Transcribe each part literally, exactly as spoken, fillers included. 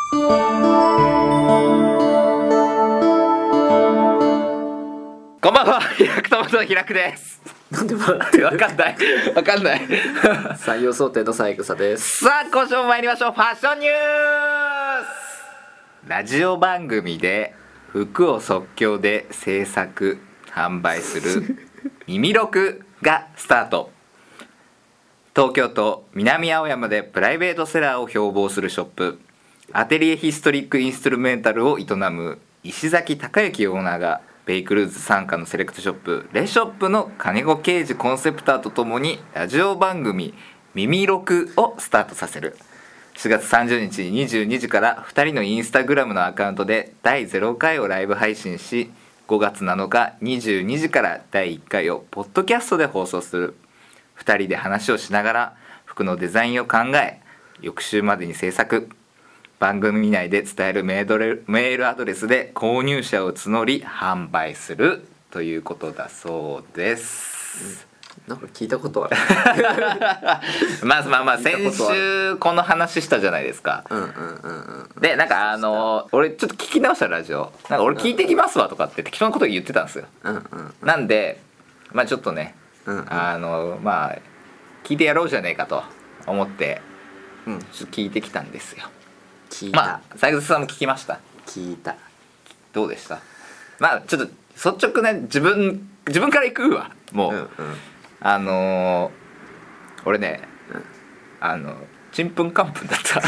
こんばんは、開くともと開くです。 なんで笑ってる？ わかんないわかんない採用想定の三枝です。 さあ今週も参りましょう。ファッションニュース。ラジオ番組で服を即興で制作販売する耳録がスタート。東京都南青山でプライベートセラーを標榜するショップ、アテリエヒストリックインストゥルメンタルを営む石崎隆之オーナーがベイクルーズ傘下のセレクトショップレショップの金子啓治コンセプターとともにラジオ番組耳録をスタートさせる。しがつさんじゅうにちにじゅうにじからふたりのインスタグラムのアカウントでだいゼロかいをライブ配信し、ごがつなのかにじゅうにじからだいいっかいをポッドキャストで放送する。ふたりで話をしながら服のデザインを考え、翌週までに制作。番組内で伝えるメールアドレスで購入者を募り販売するということだそうです。 なんか聞いたことあるまあまあまあ先週この話したじゃないですか。 うんうんうんうん。 でなんかあの俺ちょっと聞き直したラジオ、なんか俺聞いてきますわとかって適当なこと言ってたんですよ。うんうんうん、なんでまあちょっとね、うんうん、あのまあ聞いてやろうじゃねえかと思って、うん、ちょっと聞いてきたんですよ。 聞いた。 まあ斉藤さんも聞きました？ 聞いた。 どうでした？まあちょっと率直ね、自分自分から行くわもう、うんうん、あのー、俺ね、うん、あのちんぷんかんぷんだった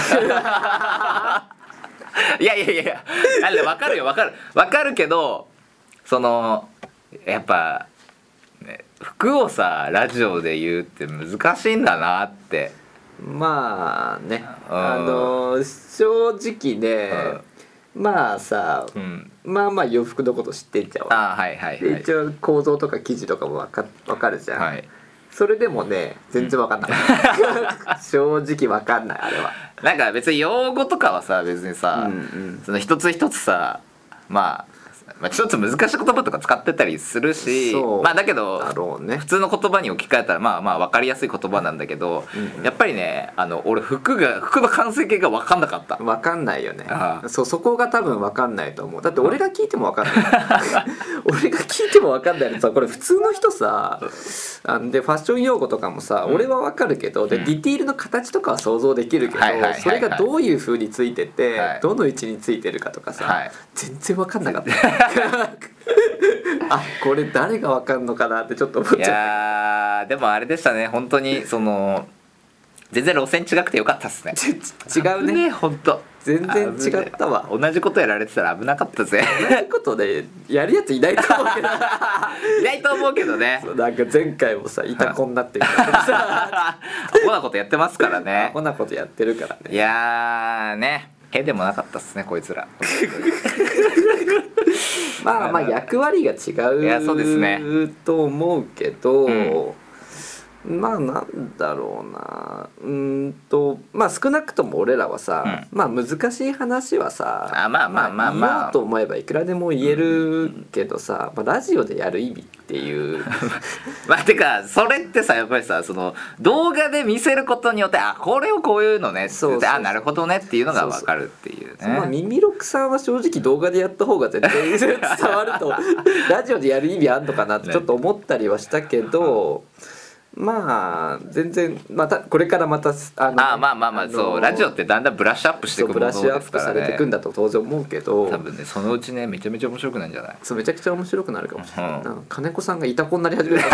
いやいやいやあれ分かるよ分かる分かるけど、そのやっぱ、ね、服をさラジオで言うって難しいんだなって。 まあね、あの正直ね、うん、まあさ、うん、まあまあ洋服のこと知ってんじゃん。 あ、はいはいはい、 一応構造とか生地とかも分か、分かるじゃん、はい、それでもね全然分かんない、うん、正直分かんないあれは。 なんか別に用語とかはさ別にさ、うんうん、その一つ一つさまあまあ、ちょっと難しい言葉とか使ってたりするし、まあだけどだろう、ね、普通の言葉に置き換えたらまあまあ分かりやすい言葉なんだけど、うんうん、やっぱりねあの俺服が服の完成形が分かんなかった。 分かんないよね。ああ、そう、そこが多分分かんないと思う。だって俺が聞いても分かんない俺が聞いても分かんないのさ、これ普通の人さあでファッション用語とかもさ、うん、俺は分かるけどで、うん、ディティールの形とかは想像できるけど、はいはいはいはい、それがどういう風についてて、はい、どの位置についてるかとかさ、はい、全然分かんなかったあ、これ誰がわかんのかなってちょっと思っちゃった。いやでもあれでしたね、本当にその全然路線違くてよかったっすね違うね、 本当全然違ったわ。 同じことやられてたら危なかったぜ。 同じことでやるやついないと思うけどいないと思うけどね。 そう、なんか前回もさいたこになってるからさアホなことやってますからね。 アホなことやってるからね。 いやーね、へでもなかったっすねこいつらまあまあ役割が違う、いやそうですねと思うけど、うん、まあなんだろうな、うんとまあ少なくとも俺らはさ、うん、まあ難しい話はさ、 あまあまあまあまあ言おうと思えばいくらでも言えるけどさ、まあ、ラジオでやる意味っていうまあてかそれってさやっぱりさその動画で見せることによってあこれをこういうのねって言ってあなるほどねっていうのが分かるっていうね。そうそう、 まあ、耳録さんは正直動画でやった方が絶対伝わるとラジオでやる意味あんのかなってちょっと思ったりはしたけど、まあ全然またこれからまたあのあまあまあまあそうラジオってだんだんブラッシュアップしていくものですからね。ブラッシュアップされていくんだと当然思うけど、 多分ねそのうちねめちゃめちゃ面白くなるんじゃない？ そうめちゃくちゃ面白くなるかもしれない、うん、なんか金子さんがいたこになり始めた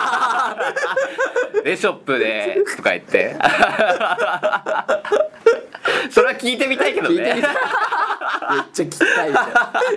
レショップでとか言ってそれは聞いてみたいけどね。めっちゃ聞きたいじゃん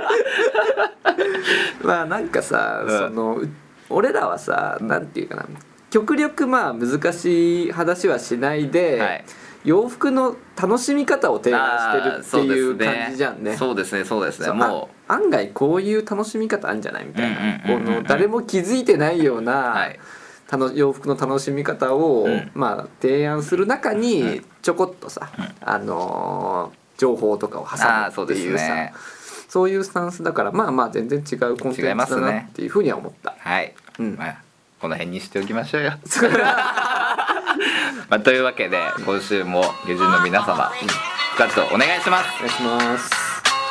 まあなんかさ、うん、その俺らはさなんていうかな、極力まあ難しい話はしないで、はい、洋服の楽しみ方を提案してるっていう感じじゃんね。 そうですねそうですね。もう案外こういう楽しみ方あるんじゃないみたいな、この誰も気づいてないような、はい、洋服の楽しみ方を、うん、まあ提案する中にちょこっとさ、うん、あのー、情報とかを挟むっていうさ、そうね、そういうスタンスだからまあまあ全然違うコンテンツだなっていうふうには思った。 はい、うん、まあこの辺にしておきましょうよまあ、というわけで今週も下旬の皆様、うん、 活動お願いします。 お願いします。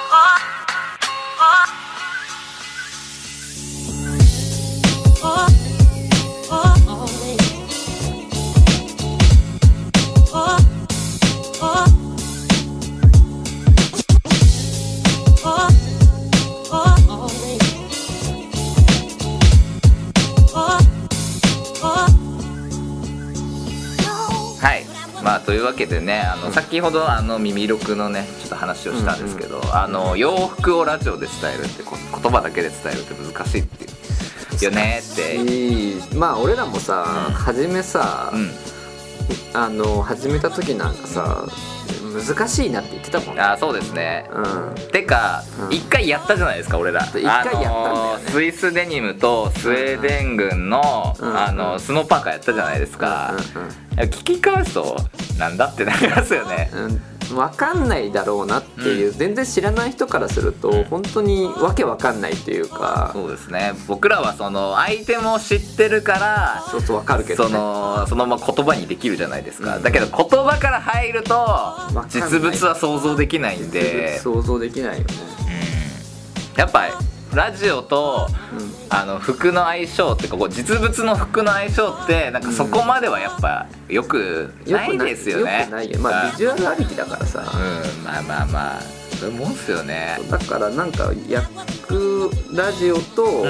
まあ、というわけでね、あの先ほどあの耳録のねちょっと話をしたんですけど、うんうん、あの洋服をラジオで伝えるって言葉だけで伝えるって難しいっていうよねって、 いいまあ俺らもさ、うん、初めさ、うん、あの始めた時なんかさ難しいなって言ってたもんね。 あ、そうですね、うん、てか一、うん、回やったじゃないですか俺ら。 一回やったんだよね。 スイスデニムとスウェーデン軍の、うんうん、あのスノーパーカーやったじゃないですか、うんうんうん、聞き返すとなんだってなりますよね、 うん、分かんないだろうなっていう、うん、全然知らない人からすると本当にわけわかんないっていうか。 そうですね、僕らはそのアイテムを知ってるからそうそうわかるけど、ね、 そのそのまま言葉にできるじゃないですか、うん、だけど言葉から入ると実物は想像できないんで。 想像できないよね、 うん、やっぱラジオと、うん、あの服の相性ってここ実物の服の相性ってなんかそこまではやっぱよくないですよね。 よくないよ、まあビジュアルありきだからさ、 うん、まあまあまあそういうもんすよね。 だからなんか役ラジオと、うん、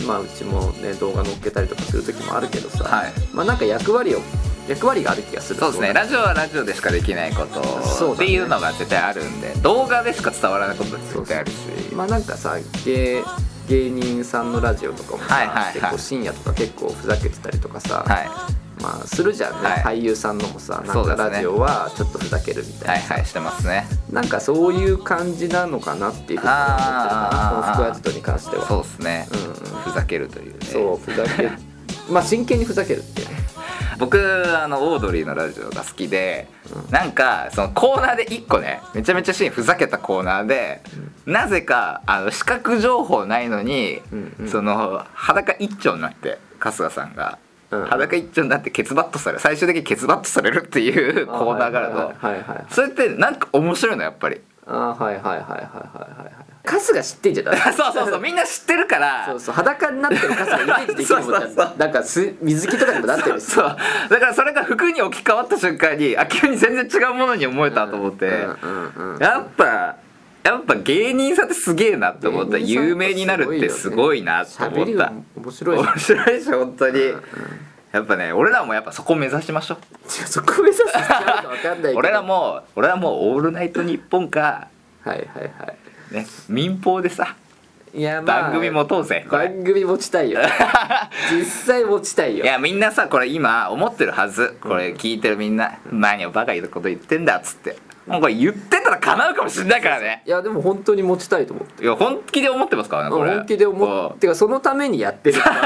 まあうちもね動画載っけたりとかする時もあるけどさ、はい、まあなんか役割を役割がある気がする。 そうですね、ラジオはラジオでしかできないこと、ね、っていうのが絶対あるんで、動画でしか伝わらないことって絶対あるし、そうそう、 まあなんかさ 芸, 芸人さんのラジオとかもさ、はいはいはい、結構深夜とか結構ふざけてたりとかさ、はい、まあするじゃんね、はい、俳優さんのもさなんかラジオはちょっとふざけるみたいな、 はいはいしてますね。 なんかそういう感じなのかなっていうふうに思ってるかな、この福アジトに関しては。 そうですね、うんうん、ふざけるというね。 そうふざけるまあ真剣にふざけるっていうね。 僕あのオードリーのラジオが好きで、うん、なんかそのコーナーでいっこねめちゃめちゃシーンふざけたコーナーで、うん、なぜかあの視覚情報ないのに、うんうん、その裸一丁になって春日さんが、うん、裸一丁になってケツバットされる、最終的にケツバットされるっていうコーナーがあるの。それってなんか面白いのやっぱり。 あはいはいはいはいはいはい春日知ってんじゃん。 そうそうそうみんな知ってるからそうそう裸になってる春日イメージできるもん。そうそうそうなんかす水着とかにもなってるしそうそうだからそれが服に置き換わった瞬間にあ急に全然違うものに思えたと思って、うんうんうん、やっぱやっぱ芸人さんってすげえなって思った。有名になるってすごいなって思った。 面白い面白いし本当に、うんうん、やっぱね俺らもやっぱそこ目指しましょう。 そこ目指す必要か分かんないけど俺らも俺らもオールナイトニッポンかはいはいはいね、民放でさいや、まあ、 番組持とうぜ。 番組持ちたいよ実際持ちたいよ。 いやみんなさこれ今思ってるはず。これ聞いてるみんな、うん、何をバカ言うこと言ってんだっつってもうこれ言ってたら叶うかもしれないからね。 いやでも本当に持ちたいと思って。 いや本気で思ってますからねこれ。 本気で思ってかそのためにやってるから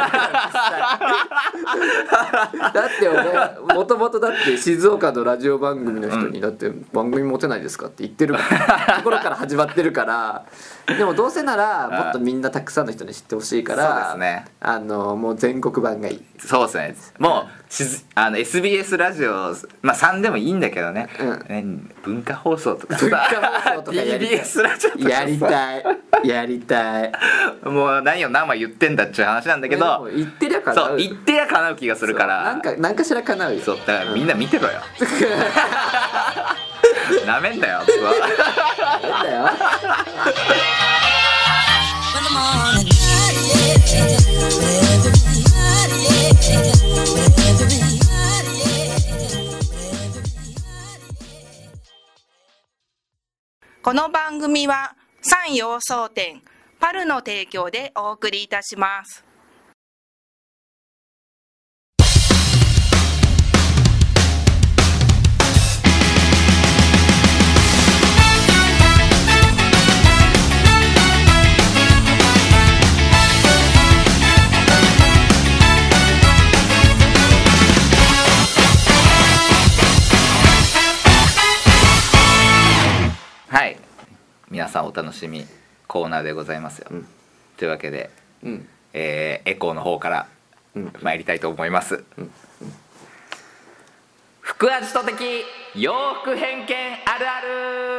だって俺もともとだって静岡のラジオ番組の人に、うん、だって番組持てないですかって言ってるところから始まってるからでもどうせならもっとみんなたくさんの人に知ってほしいから、そうですね、あのもう全国版がいい。 そうですねもうしあの エスビーエス ラジオ、まあ、さんでもいいんだけどね、うん、文化放送とかさ文化放送とかやりたい ティービーエス ラジオとかさやりたいやりたいもう何を何枚言ってんだっちゅう話なんだけど、 言ってりゃ叶う。 そう言ってりゃ叶う気がするからなんか何かしら叶うよ。 そうだからみんな見てろよなめんだよなめんだよこの番組は三洋商店パルの提供でお送りいたします。 はい皆さんお楽しみコーナーでございますよ、うん、というわけで、うんえー、エコーの方から参りたいと思います、うんうん、 腹アジト的洋服偏見あるある。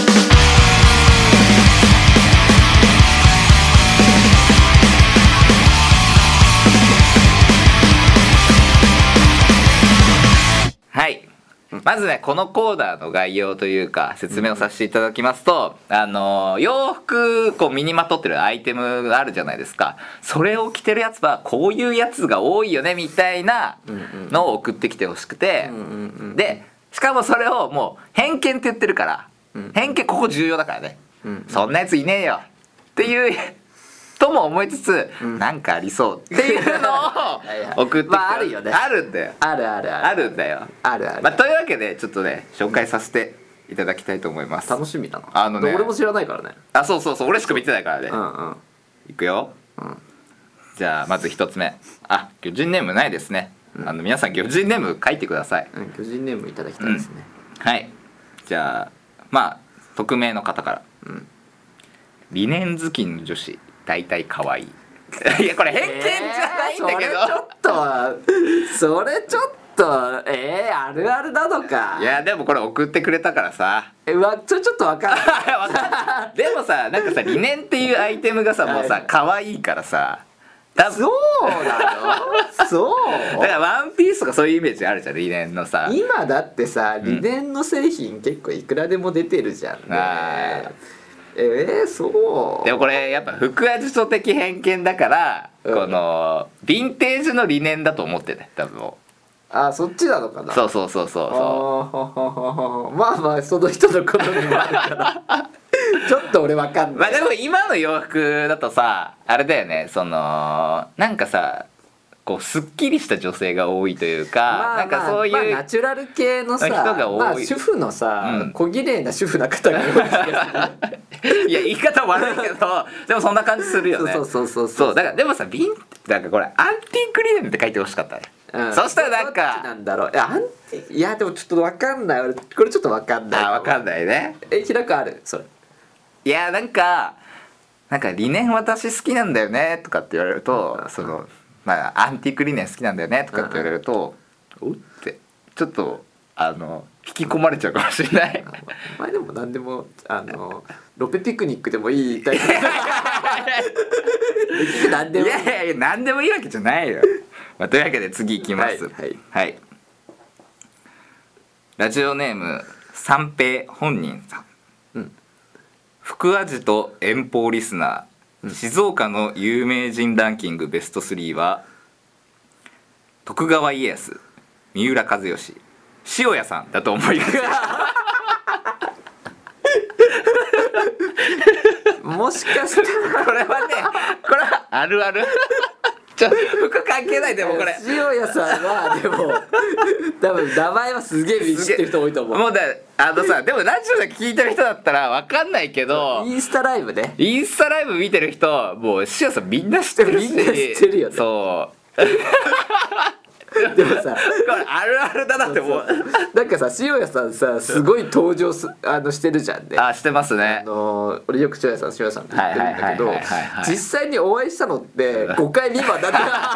はい、まずねこのコーナーの概要というか説明をさせていただきますと、うん、あの洋服こう身にまとってるアイテムがあるじゃないですか。それを着てるやつはこういうやつが多いよねみたいなのを送ってきてほしくて、でしかもそれをもう偏見って言ってるから、うん、偏見ここ重要だからね、うん、そんなやついねえよっていうとも思いつつ、うん、なんかありそうっていうのを送ってきて、 まああるよね。 あるんだよ。 あるあるある。 あるんだよ。 あるある。 まあ、というわけでちょっとね紹介させていただきたいと思います。 楽しみだな。 あのね、 俺も知らないからね。 あ、そうそうそう、俺しか見てないからね。 うんうん。 いくよ。 うん。 じゃあまず一つ目。あ、魚人ネームないですね。うん、あの皆さん魚人ネーム書いてください。 うん、魚人ネームいただきたいですね。 うん、はい。じゃあまあ匿名の方から。うん。リネン好きの女子大体可愛い。いやこれ偏見じゃないんだけど、えー、 それちょっとそれちょっとえー、あるあるなのか。 いやでもこれ送ってくれたからさ、 えわちょちょっと分かんないでもさなんかさリネンっていうアイテムがさもうさ可愛いからさ、 そうなのそうだからワンピースとかそういうイメージあるじゃんリネンのさ。 今だってさリネンの製品結構いくらでも出てるじゃんね。えー、そうでもこれやっぱ腹アジト的偏見だから、うん、このヴィンテージの理念だと思ってね多分。 あ、そっちなのかな。 そうそうそうそうそう。まあまあその人の好みもあるからちょっと俺わかんない。 まあでも今の洋服だとさあれだよね、そのなんかさこうすっきりした女性が多いというか、まあ、なんかそういう、まあまあ、ナチュラル系のさ人が多い、 まあ、主婦のさ、うん、小綺麗な主婦な方が多いいや言い方悪いけどでもそんな感じするよね。 そうそうそうそうそうだからでもさビンなんかこれアンティークリネンって書いてほしかったね、うん、そしたらなんかどっちなんだろう。いやアンティいやでもちょっと分かんない。俺これちょっと分かんない。 あ分かんないね。 え開くあるそれ。 いやなんかなんか理念私好きなんだよねとかって言われると、うん、そのまあアンティーク理念好きなんだよねとかって言われると、うん、おってちょっとあの引き込まれちゃうかもしれない。 お前でも何でもあのロペピクニックでもいいタイプ何でもいい。 いやいやいや何でもいいわけじゃないよ、まあ、というわけで次いきます。 はい、はいはい、ラジオネーム三平本人さん、うん、腹アジト遠方リスナー、静岡の有名人ランキングベストスリーは徳川家康、三浦知良、塩谷さんだと思いますもしかしたらこれはねこれはあるあるちょ服関係ない。でもこれ塩谷さんはでも多分名前はすげえ知ってる人多いと思う。 もうだあのさでもラジオで聞いてる人だったら分かんないけどインスタライブねインスタライブ見てる人もう塩谷さんみんな知ってるしみんな知ってるよね。 そうでもさこれあるあるだなって思う。 なんかさ塩谷さんさすごい登場すあのしてるじゃんね。 あしてますね。 あの俺よく塩谷さん塩谷さんって言ってるんだけど実際にお会いしたのってごかい未満だ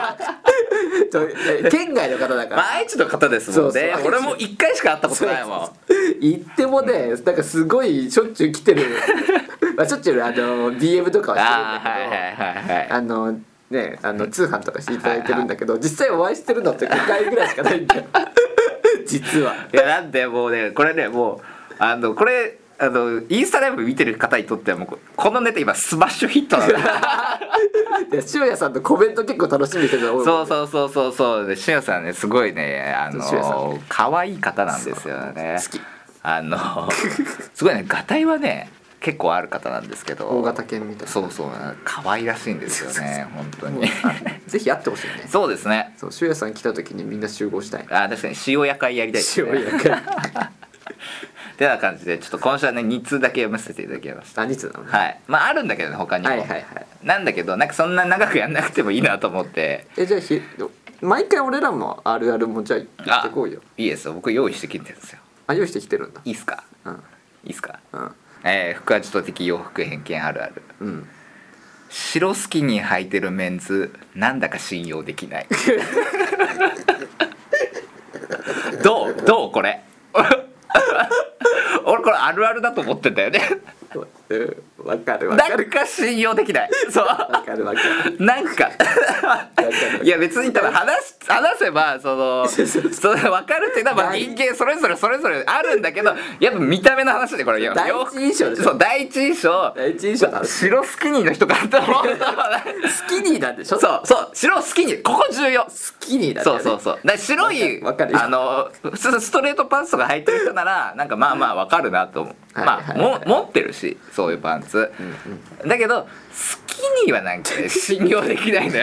って県外の方だから、 まあ、愛知の方ですもんね。俺もいっかいしか会ったことないもん。 行ってもねなんかすごいしょっちゅう来てるまあしょっちゅうあの ディーエム とかはしてるんだけどあのね、あの通販とかしていただいてるんだけど、はいはい、実際お会いしてるのってごかいぐらいしかないんだよ実は。いやなんでもうねこれねもうあのこれあのインスタライブ見てる方にとってはもうこのネタ今スマッシュヒットなんだ塩谷さんのコメント結構楽しみにしてるの多いもんね。 そうそうそうそうそうで塩谷さんねすごいねあの可愛い方なんですよね。 好き。 あのすごいねガタイはね結構ある方なんですけど大型犬みたいな。 そうそう可愛らしいんですよね本当にぜひ会ってほしいね。 そうですね。 そう塩谷さん来た時にみんな集合したい。 あ確かに塩屋会やりたいですね。 塩屋会ってな感じでちょっと今週はねに通だけ読ませていただきました。 あに通なのね。 はいまああるんだけどね他にも、 はいはいはい、 なんだけどなんかそんな長くやんなくてもいいなと思って。 えじゃあひ毎回俺らもあるあるもじゃあ言ってこうよ。 いいですよ僕用意してきてるんですよ。 あ用意してきてるんだ。 いいっすか、 うん、 いいっすか、 うんえー、腹アジト的洋服偏見あるある、 うん、 白スキニー履いてるメンズなんだか信用できないどうどうこれ俺これあるあるだと思ってんだよね。 うん、わかるわかる。 なんか信用できない。そう。 わかるわかる。 なんかいや別に多分話し話せばそのそれ分かるっていうのはまあ人間それぞれそれぞれあるんだけど、やっぱ見た目の話でこれ第一印象でしょ。 そう第一印象。 第一印象だ。 白スキニーの人かと思う。 スキニーなんでしょ。 そうそう白スキニーここ重要。 スキニーだ、ね。 そうそうそう。だから白いわかるあのストレートパンツとか履いてる人ならなんかまあまあ分かるなと思う。まあも持ってるしそういうパンツ。うんうん、だけどスキニーはなんか、ね、信用できないんだよ。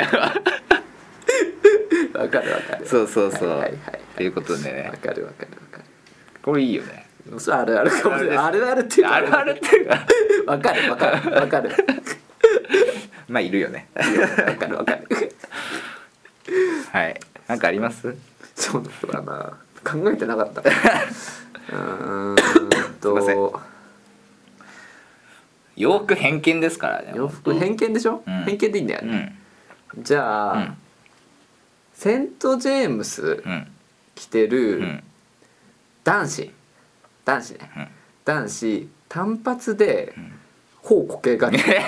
わかるわかる。 そうそうそう。 はいはいはい、 ということでね。 わかるわかるわかる。 これいいよね。 それあるあるかもしれない。あるあるっていうか。 あるあるっていうか。 わかるわかるわかる。 まあいるよね。 わかるわかる。 はい。なんかあります？ そうだな。考えてなかった。うーんと。すいません。 洋服偏見ですからね。 洋服偏見でしょ、うん、偏見でいいんだよね、うん、じゃあ、うん、セントジェームス着てる男子男子ね、うん、男子単発で頬こけがち。 本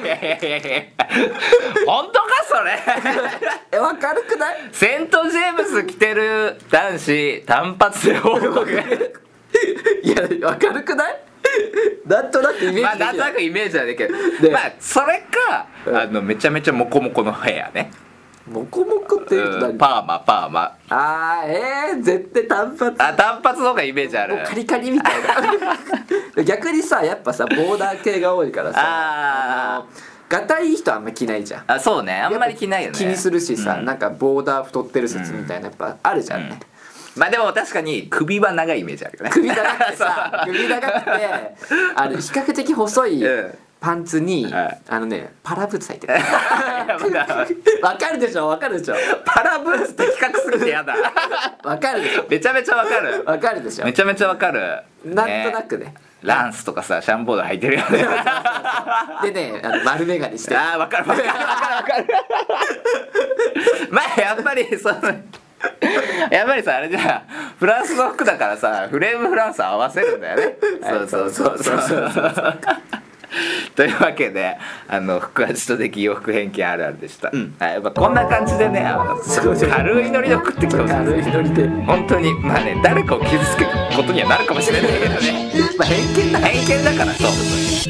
当かそれ。 えわかるくない？ セントジェームス着てる男子単発で頬こけ。 いやわかるくない？なんとなくイメージできない。まあなんとなくイメージはできる。まあそれか、うん、あのめちゃめちゃモコモコのヘアね。 モコモコっていうと何、 うん、パーマパーマ。 あーえー、絶対単発。 あ単発の方がイメージある。 カリカリみたいな。逆にさやっぱさボーダー系が多いからさ。ああ。がたいい人あんま着ないじゃん。 あそうねあんまり着ないよね。 気にするしさ、うん、なんかボーダー太ってる説みたいなやっぱあるじゃんね。うんうんまあでも確かに首は長いイメージあるよね。 首長くてさ首長くてあの比較的細いパンツに、うん、あのねパラブーツ履いてる。わかるでしょわかるでしょ。 パラブーツと比較するってやだ。 わかるでしょ。 めちゃめちゃわかる。 わかるでしょ。 めちゃめちゃわかる。 なんとなくね。 ランスとかさシャンボード履いてるよね。 でねあの丸眼鏡して。 ああわかるわかるわかるわかる。まあやっぱりその。やっぱりさあれじゃフランスの服だからさフレームフランス合わせるんだよね。そうそうそうそうそうそうというわけであの腹圧と的洋服偏見あるあるでした、うんはい、やっぱこんな感じでねあの軽いノリで送ってきてほしい。 軽いノリで本当にまあね誰かを傷つけることにはなるかもしれないけどね。 まあ偏見だ偏見だからそうそう。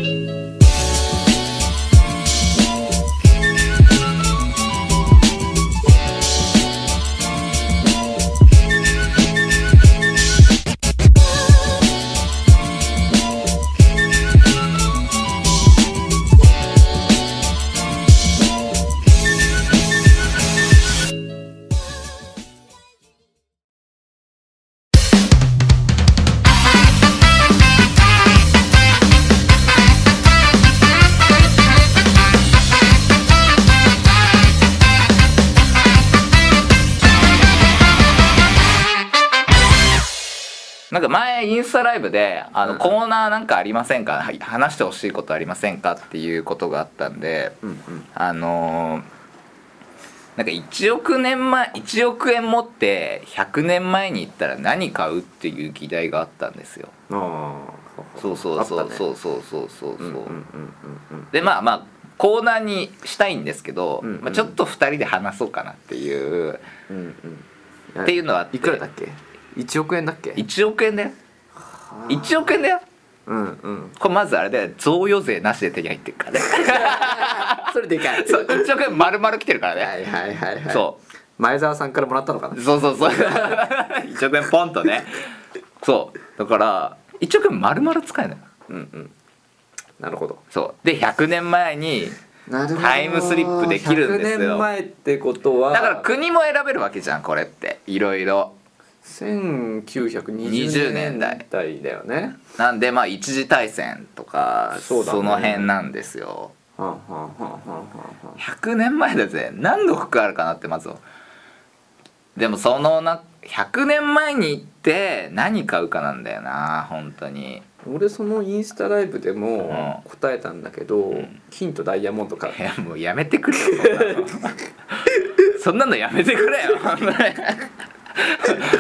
なんか前インスタライブであのコーナーなんかありませんか、話してほしいことありませんかっていうことがあったんで、うんうん、あのー、なんかいちおくねんまえいちおくえん持ってひゃくねんまえに行ったら何買うっていう議題があったんですよ。あそうそうそうそうそうそうそうそうでまあまあコーナーにしたいんですけど、うんうんまあ、ちょっとふたりで話そうかなっていう、うんうん、っていうのはあって。 いくらだっけいちおくえんだっけ。 いちおくえんだよ。いちおくえんだよ。うんうん。これまずあれで贈与税なしで手に入ってるからね。 それでかい。 そういちおくえん丸々来てるからね。 はいはいはいはい。 そう前澤さんからもらったのかな。 そうそうそう。いちおくえんポンとね。そうだからいちおくえん丸々使えない。うんうん。 なるほど。 そうでひゃくねんまえにタイムスリップできるんですよ。 ひゃくねんまえってことはだから国も選べるわけじゃんこれっていろいろ。 せんきゅうひゃくにじゅうねんだいだよね。 なんでまあ一次大戦とか そ,、ね、その辺なんですよ。はんはんはんはんはんひゃくねんまえだぜ。何の服あるかなってまず。でもそのなひゃくねんまえに行って何買うかなんだよな本当に。 俺そのインスタライブでも答えたんだけど、うん、金とダイヤモンド買う。 いやもうやめてくれよそんなの。そんなのやめてくれよ。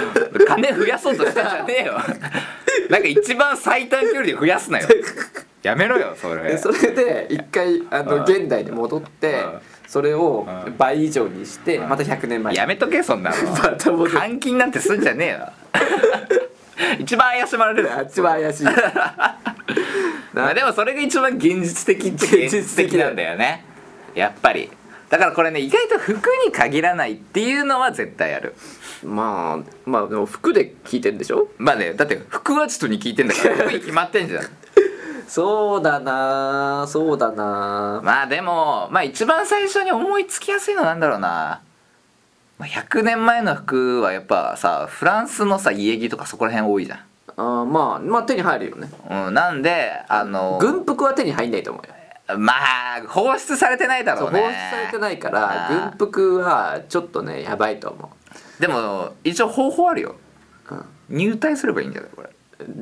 金増やそうとしてんじゃねえよなんか一番最短距離で増やすなよやめろよそれ。 でそれで一回あの現代に戻ってそれを倍以上にしてまたひゃくねんまえやめとけそんなのまた戻る換金なんてすんじゃねえよ一番怪しまれるあっちは怪しいまあでもそれが一番現実的っちゃ現実的なんだよねやっぱり。だからこれね意外と服に限らないっていうのは絶対ある。 まあまあでも服で聞いてんでしょ。 まあねだって服はちょっとに聞いてんだから服に決まってんじゃんそうだなそうだなまあでもまあ一番最初に思いつきやすいのはなんだろうな、まあ、ひゃくねんまえの服はやっぱさフランスのさ家着とかそこら辺多いじゃん。 あまあまあ手に入るよね。 うん、なんであの軍服は手に入んないと思うよ。 まあ放出されてないだろうね。 放出されてないから軍服はちょっとねやばいと思う。でも一応方法あるよ、 うん、 入隊すればいいんじゃないこれ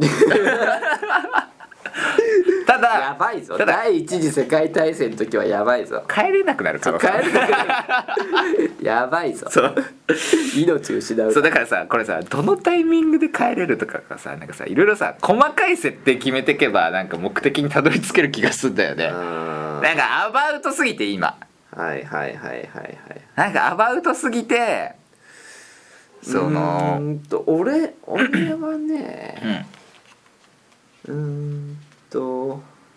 ただやばいぞ。第一次世界大戦の時はやばいぞ。 帰れなくなる可能性帰れなくなるやばいぞ。 そう命失う。 そうだからさこれさどのタイミングで帰れるとかがさなんかさいろいろさ細かい設定決めてけばなんか目的にたどり着ける気がするんだよね。なんかアバウトすぎて今はいはいはいはいはいなんかアバウトすぎてそのうーんと俺俺はねうーんと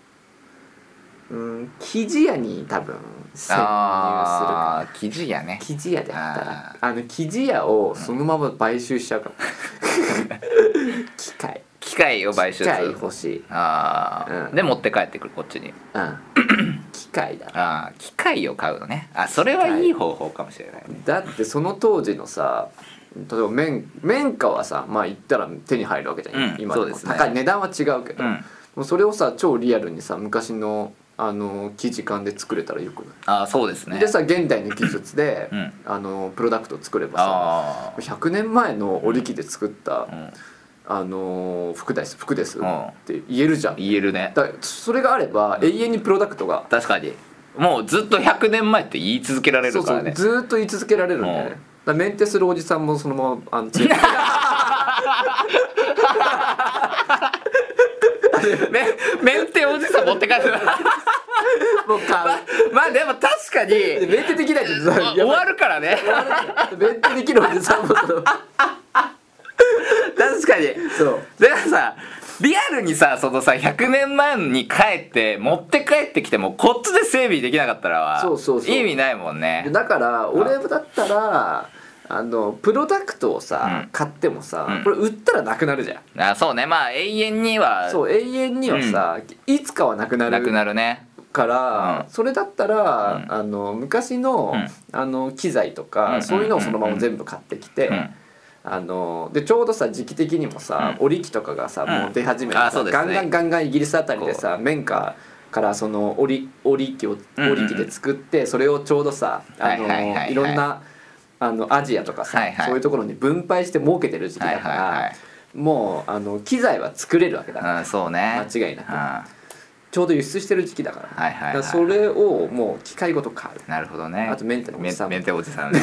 うん生地屋に多分潜入するかあ生地屋ね。 生地屋で働く。あの生地屋をそのまま買収しちゃうかも機械機械を買収する。 機械欲しい。 ああ、うん、で持って帰ってくるこっちに。 うん機械だ。 ああ機械を買うのね。あそれはいい方法かもしれない、ね、 だってその当時のさ例えば綿綿花はさまあ言ったら手に入るわけじゃん、 うん、 今でもそうですね、 高い値段は違うけど、 うん、 もうそれをさ超リアルにさ昔のあの生地感で作れたらよくない？ ああそうですね。 でさ現代の技術で、 うん、 あのプロダクトを作ればさひゃくねんまえの織り機で作った、うん、あの服です服ですって言えるじゃん。 言えるね。 だそれがあれば永遠にプロダクトが確かにもうずっとひゃくねんまえって言い続けられるからね。 そうそうずっと言い続けられるんだよね。だメンテするおじさんもそのままあのメ, メンテおじさん持って帰るもう買う、 ま, まあでも確かにメンテできないと終わるからねメンテできるおじさんもその確かにそうだからさリアルにさそのさひゃくねんまえに帰って持って帰ってきてもこっちで整備できなかったらはそうそうそう意味ないもんね。 だから俺だったらあのプロダクトをさ、うん、買ってもさ、うん、これ売ったらなくなるじゃん。 あそうねまあ永遠にはそう永遠にはさ、うん、いつかはなくなるなくなるねから、うん、それだったら、 うん、 あの昔の、うん、あの機材とか、うん、そういうのをそのまま全部買ってきて、うんあのでちょうどさ時期的にもさ、うん、織り機とかがさ、うん、もう出始めてさ、ね、ガンガンガンガンイギリスあたりでさ綿花からその織り織り機を織り機で作って、うんうん、それをちょうどさあの、はいはいはいはい、いろんなあのアジアとかさ、はいはい、そういうところに分配して儲けてる時期だから、はいはいはい、もうあの機材は作れるわけだから、 うん、そうね間違いなく、うん、ちょうど輸出してる時期だから、 はいはいはい、 だからそれをもう機械ごと買う。 なるほどね。 あとメンテのおじさんメンテおじさんね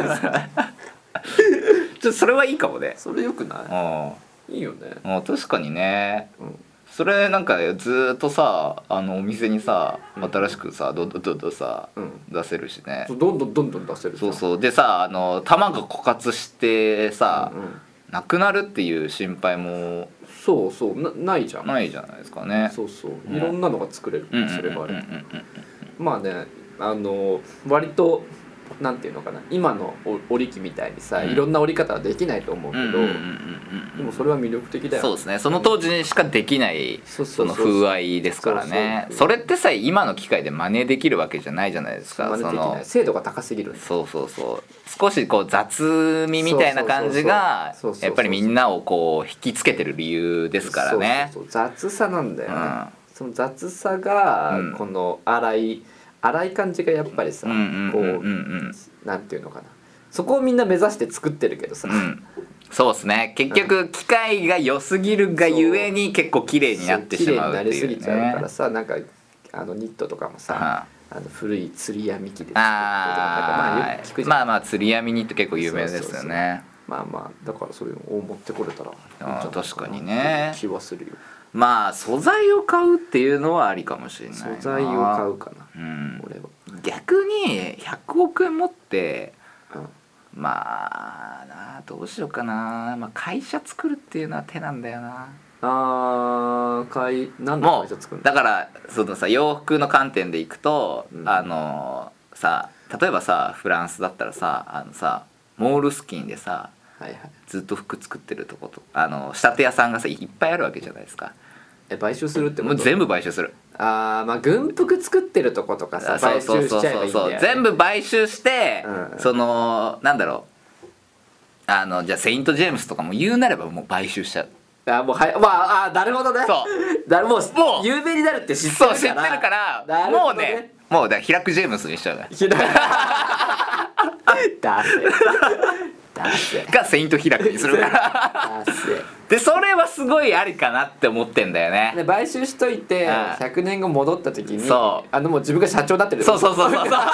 ちょっとそれはいいかもね。 それよくない？いいよね。 もう確かにね、 うん、 それなんかずっとさあのお店にさ新しくさどんどんどんどんさ、うん、出せるしね。 どんどんどんどん出せる。 そうそうでさあの玉が枯渇してさ、うんうん、なくなるっていう心配もそうそう な, ないじゃんないじゃないですかね。 そうそういろんなのが作れる、うん、それがあれまあねあの割となんていうのかな今の織り機みたいにさ、うん、いろんな織り方はできないと思うけどでもそれは魅力的だよ。 そうですねその当時にしかできないその風合いですからね。それってさ今の機械で真似できるわけじゃないじゃないですか。 真似できない精度が高すぎる。 そうそうそう少しこう雑味みたいな感じがやっぱりみんなをこう引きつけてる理由ですからね。 そうそうそう雑さなんだよね、うん、その雑さがこの粗い粗い感じがやっぱりさ、こうなんていうのかなそこをみんな目指して作ってるけどさ、うん、 そうですね結局機械が良すぎるがゆえに結構綺麗になってしまうっていうね。 綺麗になりすぎちゃうからさなんかあのニットとかもさ、あの古い釣り網機で作ってとかなんかまあよく聞くじゃん。 まあまあ釣り網ニット結構有名ですよね。そうそうそうまあまあだからそういうのを持ってこれたらいいんじゃないかな確かにね気はするよ。 まあ素材を買うっていうのはありかもしれないな。 素材を買うかな、 うん、 俺は。 逆にひゃくおくえん持って、 うん、 まあなどうしようかな、まあ、会社作るっていうのは手なんだよな。 あー会何の会社作るの？ だからそのさ洋服の観点でいくと、うん、あのさ例えばさフランスだったらさあのさモールスキンでさ、はいはい、ずっと服作ってるとことあの仕立て屋さんがさいっぱいあるわけじゃないですか。 え買収するってこと？ もう全部買収する。 あーまあ軍服作ってるとことかさ買収しちゃえばいいんだよね。 全部買収して、 うん、そのなんだろうあのじゃあセイント・ジェームスとかも言うなればもう買収しちゃう。 あもうはいまああなるほどね。 そうだもうもう有名になるって知ってるから。 そう知ってるから、 ね、 もうねもうだから開くジェームスにしちゃうね。 開くだせだせがセイント開くにするからだせでそれはすごいありかなって思ってんだよね。 で買収しといてひゃくねんご戻った時にそうあのもう自分が社長になってる。 そうそうそうそうそう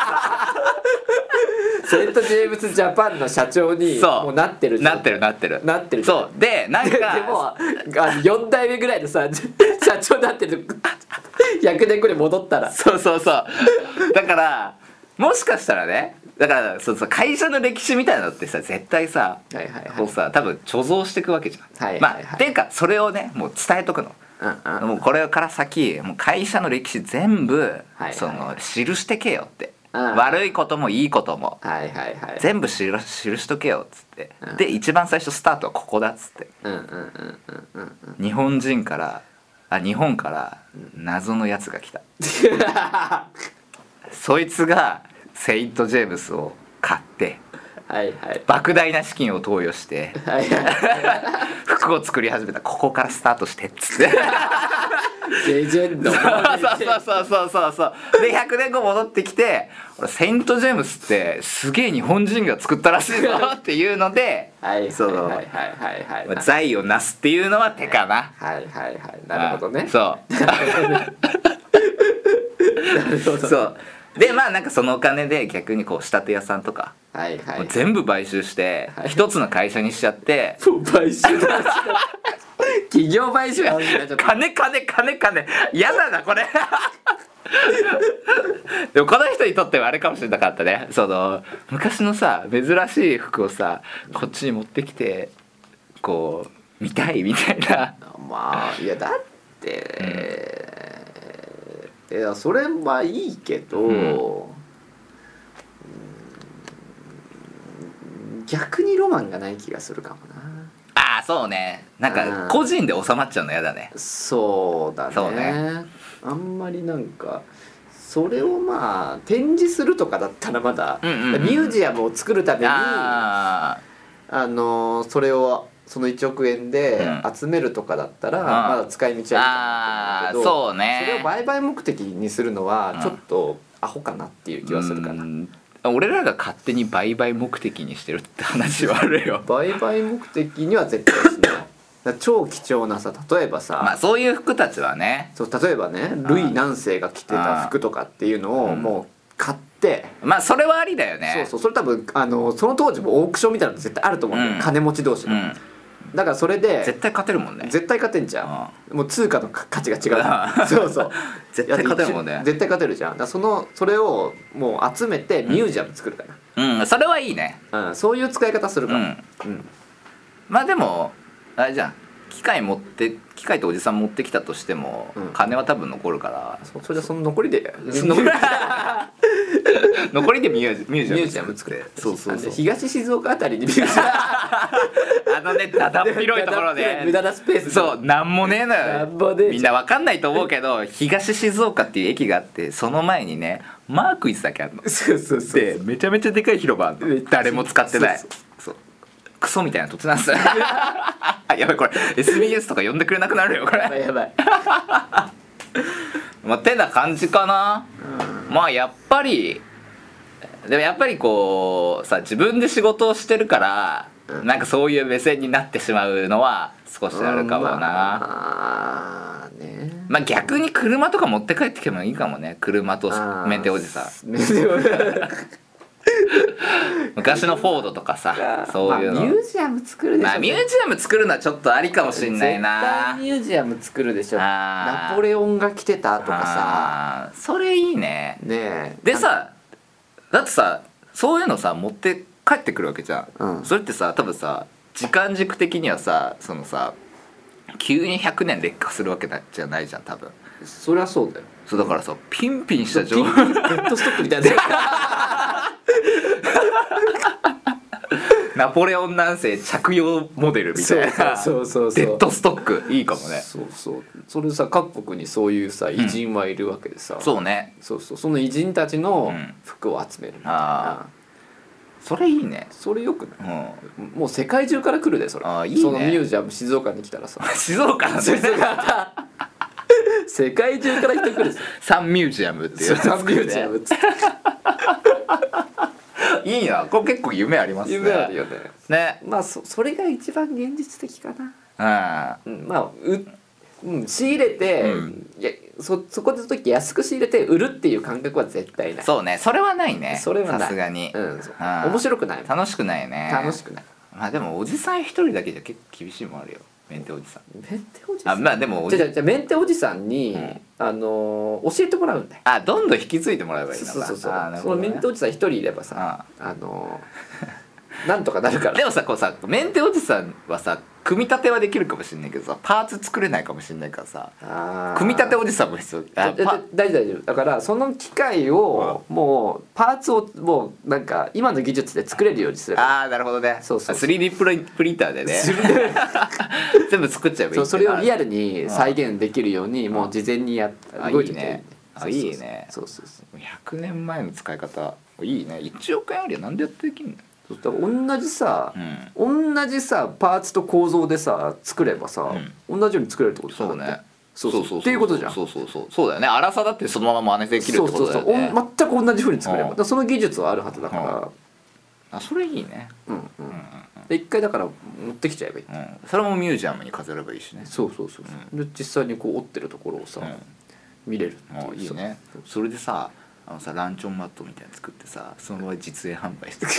セイント・ジェームス・ジャパンの社長にもうなってるじゃん。 なってるなってるなってるそうでなんかで, でもあのよん代目ぐらいのさ社長になってるひゃくねんごに戻ったらそうそうそうだからもしかしたらねだからそうそう会社の歴史みたいなのってさ絶対さ、 はいはいはい、 こうさ多分貯蔵していくわけじゃん、 はいはいはい、 まあっていうかそれをねもう伝えとくの、うんうん、もうこれから先もう会社の歴史全部、はいはい、その記してけよって、うん、悪いこともいいことも、はいはいはい、全部記しとけよっつって、うん、で一番最初スタートはここだっつって、うんうんうんうんうん、日本人からあ日本から謎のやつが来たそいつがセイント・ジェームスを買って、はいはい、莫大な資金を投与して、はいはい、服を作り始めた。ここからスタートしてっつってレジェンドそうそうそうそうそうでひゃくねんご戻ってきてセイント・ジェームスってすげえ日本人が作ったらしいぞっていうので財をなすっていうのは手かな。 はいはいはいなるほどね。 そうなるほどそうでまあなんかそのお金で逆にこう仕立て屋さんとか、はいはい、もう全部買収して一つの会社にしちゃって、 もう買収だ企業買収金金金金嫌だなこれでもこの人にとってはあれかもしれなかったね。その昔のさ珍しい服をさこっちに持ってきてこう見たいみたいな。 まあいやだって、うん、いやそれはいいけど、うん、逆にロマンがない気がするかもな。 ああそうねなんか個人で収まっちゃうの嫌だね。 そうだね。 そうねあんまりなんかそれをまあ展示するとかだったらまだ、うんうんうん、ミュージアムを作るために あ, あのそれをそのいちおくえんで集めるとかだったら、うん、まだ使い道はいいかなと思うけど、 そうね、 それを売買目的にするのはちょっとアホかなっていう気はするかな、うん、 俺らが勝手に売買目的にしてるって話はあるよ売買目的には絶対しないだ超貴重なさ例えばさ、 まあ、そういう服たちはねそう例えばねルイ何世が着てた服とかっていうのをもう買って、 うん、まあそれはありだよね。 そうそうそれ多分あのその当時もオークションみたいなの絶対あると思うんだよ、うん、金持ち同士の、うん、だからそれで絶対勝てるもんね。 絶対勝てんじゃん、うん、もう通貨の価値が違うそうそう絶対勝てるもんね。 絶対勝てるじゃん。だからそのそれをもう集めてミュージアム作るから、 うん、うん、それはいいね、 うん、そういう使い方するから、うんうん、まあでもあれじゃん機械持って機械とおじさん持ってきたとしても、うん、金は多分残るから、 そ, それじゃその残りで残りでミュージミュージアム作ってそうそうそう東静岡あたりにミュージアムあのねだだっ広いところで無駄なスペースそうなんもねえのよ。みんなわかんないと思うけど東静岡っていう駅があってその前にねマークイズだけあるの。 そうそうそうでめちゃめちゃでかい広場あるの誰も使ってない。そうそうそうクソみたいな土地なんですよやばいこれ エスビーエス とか呼んでくれなくなるよこれ。やばいやばいまあてな感じかな、うん、まあやっぱりでもやっぱりこうさ自分で仕事をしてるから、うん、なんかそういう目線になってしまうのは少しあるかもな、うん、まあねまあ逆に車とか持って帰ってきてもいいかもね。車とメンテおじさん昔のフォードとかさそういうの、 まあ、ミュージアム作るでしょ、 まあミュージアム作るのはちょっとありかもしんないな。 絶対ミュージアム作るでしょ。 あーナポレオンが来てたとかさあーそれいいね。 ねえでさだってさそういうのさ持って帰ってくるわけじゃん、 うんそれってさ多分さ時間軸的にはさそのさ急にひゃくねん劣化するわけじゃないじゃん多分。 そりゃそうだよ。 そうだからさピンピンした状ピンデッドストックみたいなナポレオン何世着用モデルみたいなそうそうそうそうデッドストックいいかもね。 そうそうそれさ各国にそういうさ偉人はいるわけでさ、 そうねそうそうその偉人たちのうん服を集めるみたいあな、 それいいね。 それよくない、 うんもう世界中から来るでそれ。 あーいいねそのミュージアム静岡に来たらさ静岡なんで静岡世界中から人来るサンミュージアムっていうサンミュージアムっつっていいなこれ結構夢ありますね。 夢あるよね。 ねまあ そ, それが一番現実的かな、 うんうん、まあう、うん、仕入れて、 うんいや そ, そこで時安く仕入れて売るっていう感覚は絶対ない。 そうねそれはないね。 それはないさすがに、 うんそううん面白くないもん楽しくないね。 楽しくない。 まあでもおじさん一人だけじゃ結構厳しいもんあるよメンテおじさん。 メンテおじさんあまあでもおじじゃあじゃあメンテおじさんに、 うんあのー教えてもらうんだよ。 あどんどん引き継いでもらえばいいのか。 そうそうそうあなるそのほどねメンテおじさん一人いればさあのーなんとかなるから。 でもさこうさメンテおじさんはさ組み立てはできるかもしれないけどさパーツ作れないかもしれないからさあー組み立ておじさんも必要。あだだパ大丈夫大丈夫だからその機械をもうパーツをもうなんか今の技術で作れるようにする。 あーなるほどね。 そうそうそうスリーディー プリプリンターでね全部作っちゃえばいいそうそれをリアルルに再現できるようにもう事前にやっあ動いてていいねあそうそうそういいねそうそうそうひゃくねんまえの使い方いいね。いちおくえんありゃ何でやってできんの。 そうだから同じさ、 うん同じさパーツと構造でさ作ればさ、同じように作れるってことそうねそうそうっていうことじゃん。 そうそうそうそうだよね。粗さだってそのまま真似できるってことだよね。 そうそうそうお全く同じ風に作れば、 うんだからその技術はあるはずだから、 あそれいいね。 うんうんで一回だから持ってきちゃえばいい、 うんそれもミュージアムに飾ればいいしね。 そうそうそうそう、で実際にこう折ってるところをさ、 うん見れるってあいうさいいね。それでさあのさランチョンマットみたいなの作ってさそのまま実演販売して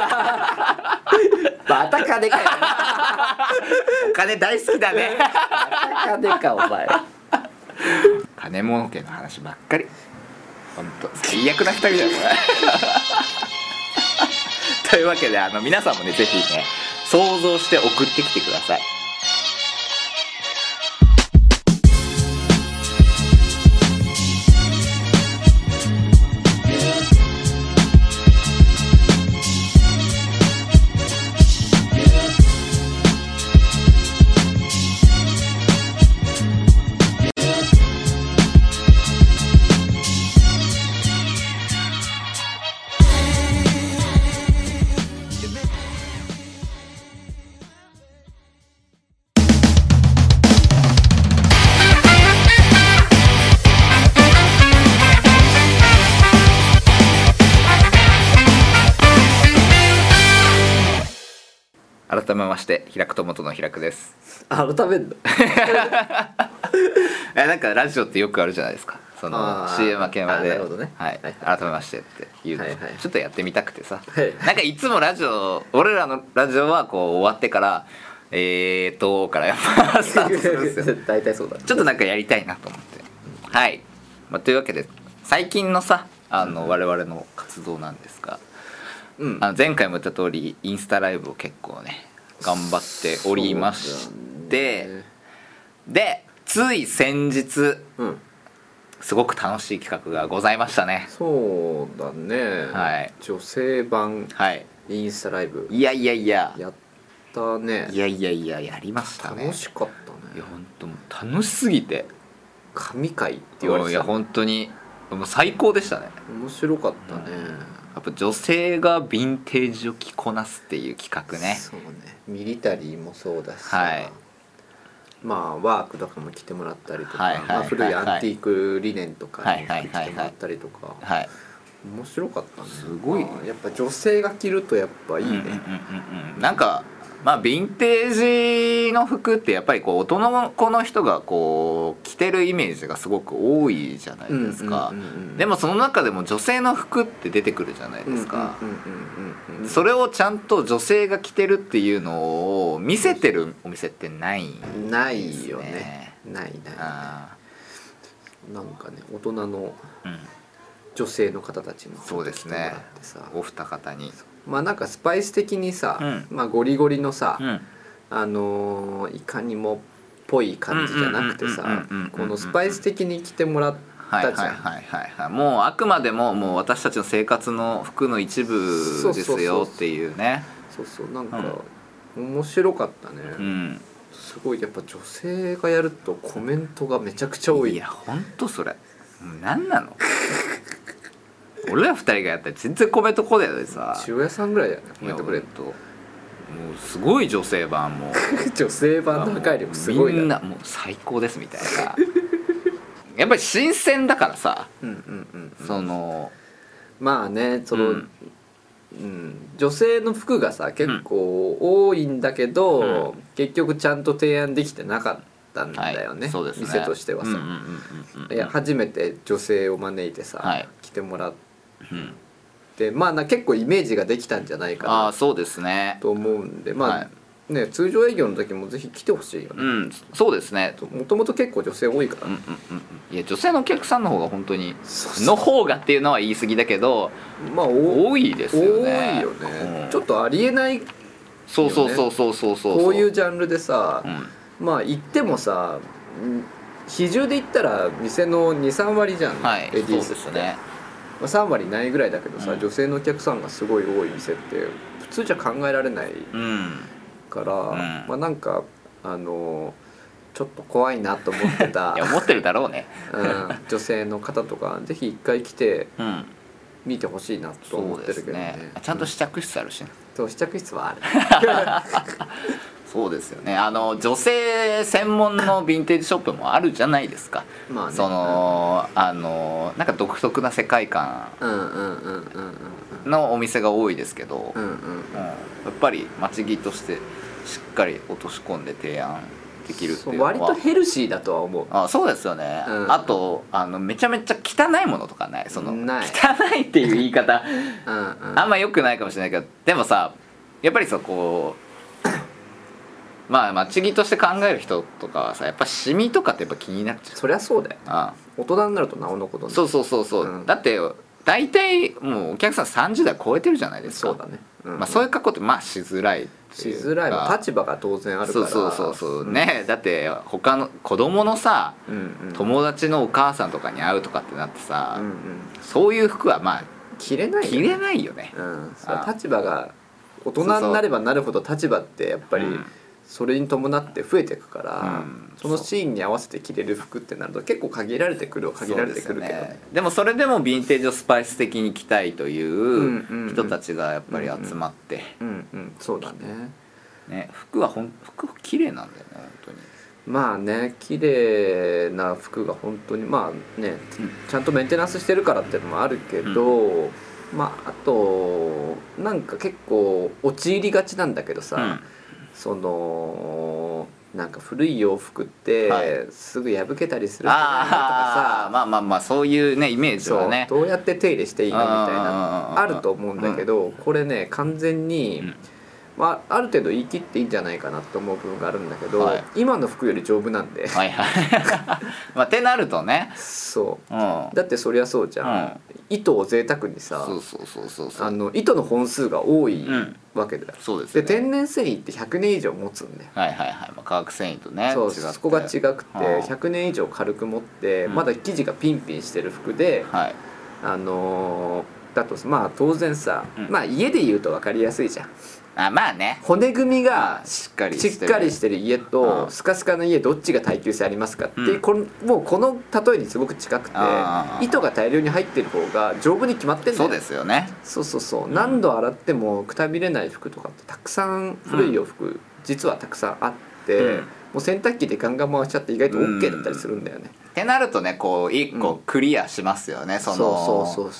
バタ金かよお金大好きだねバタ金かお前金儲けの話ばっかりほんと最悪な二人だよこれというわけであの皆さんもねぜひね想像して送ってきてください。改めまして平久友との平久です。 改めんのえなんかラジオってよくあるじゃないですかそのあーシーエム 明けまで、 あなるほどねはいはい改めましてっていうの、 はいはいちょっとやってみたくてさ、 はいなんかいつもラジオ俺らのラジオはこう終わってからえーとからやっぱスタートするんですよ大体そうだちょっとなんかやりたいなと思ってはい、まあ、というわけで最近のさあの我々の活動なんですが、 うんあの前回も言った通りインスタライブを結構ね頑張っておりまして、 そうだねでつい先日うんすごく楽しい企画がございましたね。 そうだね、 はい女性版はいインスタライブいやいやいややったね。 いやいやいややりましたね。 楽しかったね。 いや本当もう楽しすぎて神回って言われてた、 いや本当にもう最高でしたね。 面白かったね、 やっぱ女性がヴィンテージを着こなすっていう企画ね。 そうねミリタリーもそうだしさ、 はいまあワークとかも着てもらったりとか、 はいはいはいはいまあ、古いアンティークリネンとかに着てもらったりとか、 はい面白かったね。 すごいまあやっぱ女性が着るとやっぱいいね、 うんうんうんうん、なんかまあヴィンテージの服ってやっぱりこう大人の子の人がこう着てるイメージがすごく多いじゃないですか。でもその中でも女性の服って出てくるじゃないですか。それをちゃんと女性が着てるっていうのを見せてるお店ってないんですね。 ないよね。ないないない。 あなんかね大人のうん女性の方たちもそうですね着てもらってさ、 お二方にまあなんかスパイス的にさ、 うんまあゴリゴリのさ、 うんあのーいかにもっぽい感じじゃなくてさうんうんうんうんうんうんこのスパイス的に着てもらったじゃん。 はいはいはいはいはい、もうあくまでももう私たちの生活の服の一部ですよっていうね。 そうそうなんか面白かったね、 うん、 すごいやっぱ女性がやるとコメントがめちゃくちゃ多い。 いやほんとそれ何なの俺ら二人がやったら全然コメント来ねえのにさ、 塩屋さんぐらいだよねコメントくれるともうすごい女性版も女性版の破壊力すごいな。 みんなもう最高ですみたいなやっぱり新鮮だからさ、 うんうんうんうん、 そのまあねその、 うんうん、女性の服がさ結構多いんだけど、 うん、 結局ちゃんと提案できてなかったんだよね、 はい、そうですね店としてはさ、 うんうんうんうんうん、 いや初めて女性を招いてさ、 はい、 来てもらっうんてまあな結構イメージができたんじゃないかなああそうですねと思うんでまあ、 はいね通常営業の時もぜひ来てほしいよね。 うんそうですね。 もともと結構女性多いから、 うんうんうんうんいや女性のお客さんの方が本当にそうそうの方がっていうのは言い過ぎだけどまあお多いですよね。 多いよね、 うんちょっとありえないそうそうそうそうそうそうこういうジャンルでさ、 うんまあ行ってもさん比重で言ったら店の にさん割じゃん、 はいレディースって、 そうですね。 まあ、さん割ないぐらいだけどさ、 うん女性のお客さんがすごい多い店って普通じゃ考えられないうんから、 んまあなんかあのちょっと怖いなと思ってたいや思ってるだろうね。 うん、女性の方とかぜひ一回来てうん見てほしいなと思そうですってるけどねね。ちゃんと試着室あるしね。 そう試着室はあるそうですよね。あの女性専門のヴィンテージショップもあるじゃないですか。 まあねその、あのなんか独特な世界観うんうんうんうんうんのお店が多いですけど、 うんうんうんやっぱり町着としてしっかり落とし込んで提案できるっていうのは割とヘルシーだとは思う。 あそうですよね、 うんあとあのめちゃめちゃ汚いものとかないそのない汚いっていう言い方うんうんあんま良くないかもしれないけどでもさやっぱりさこうまあ町着として考える人とかはさやっぱシミとかってやっぱ気になっちゃうそりゃそうだよ。 あ大人になるとなおのことねそうそうそうそう、 うんだって大体もうお客さんさんじゅう代超えてるじゃないですかそうだね、うんまあ、そういう格好ってまあしづらいってしいうかづらいの立場が当然あるからそうそうそうそうねだって他の子供のさうんうん友達のお母さんとかに会うとかってなってさ、 うんうんそういう服はまあ着れないよね着れないよね、 うんそれあは立場が大人になればなるほど立場ってやっぱりうんそれに伴って増えていくから、 うんそのシーンに合わせて着れる服ってなると結構限られてくるは限られてくるけどねそうですよねでもそれでもヴィンテージをスパイス的に着たいといんうんううん人たちがやっぱり集まって、 うんうんそうだねね、服はほん服綺麗なんだよね本当に。 まあね綺麗な服が本当にまあねちゃんとメンテナンスしてるからっていうのもあるけど、まああとなんか結構陥りがちなんだけどさ、 うんそのなんか古い洋服って、 はいすぐ破けたりするんじゃないのとかさ、 ああまあまあまあそういうねイメージそうはねどうやって手入れしていいのみたいあーなあると思うんだけど、これね完全に、 うんまあ、ある程度言い切っていいんじゃないかなと思う部分があるんだけど、 はい今の服より丈夫なんで、 はいはいまあってなるとねそううんだってそりゃそうじゃん、 うん糸を贅沢にさそうそうそうそうそうあの糸の本数が多いうんわけだよ、 そうですねで天然繊維ってひゃくねん以上持つんだよ、 はいはいはい、まあ、化学繊維とねそう違ってそこが違くてはあひゃくねん以上軽く持って、 うんまだ生地がピンピンしてる服で、 はいあのーだとまあ当然さ、 うんまあ家で言うと分かりやすいじゃんあまあね骨組みがしっかりしっかりしてる家とうんスカスカの家どっちが耐久性ありますかっていう、 うんこのもうこの例えにすごく近くてあー糸が大量に入ってる方が丈夫に決まってんだよそうですよねそうそうそう、何度洗ってもくたびれない服とかってたくさん古い洋服、実はたくさんあって、 うんもう洗濯機でガンガン回しちゃって意外と OK だったりするんだよね、 ってなるとねこう一個クリアしますよね、そのそうそうそうそ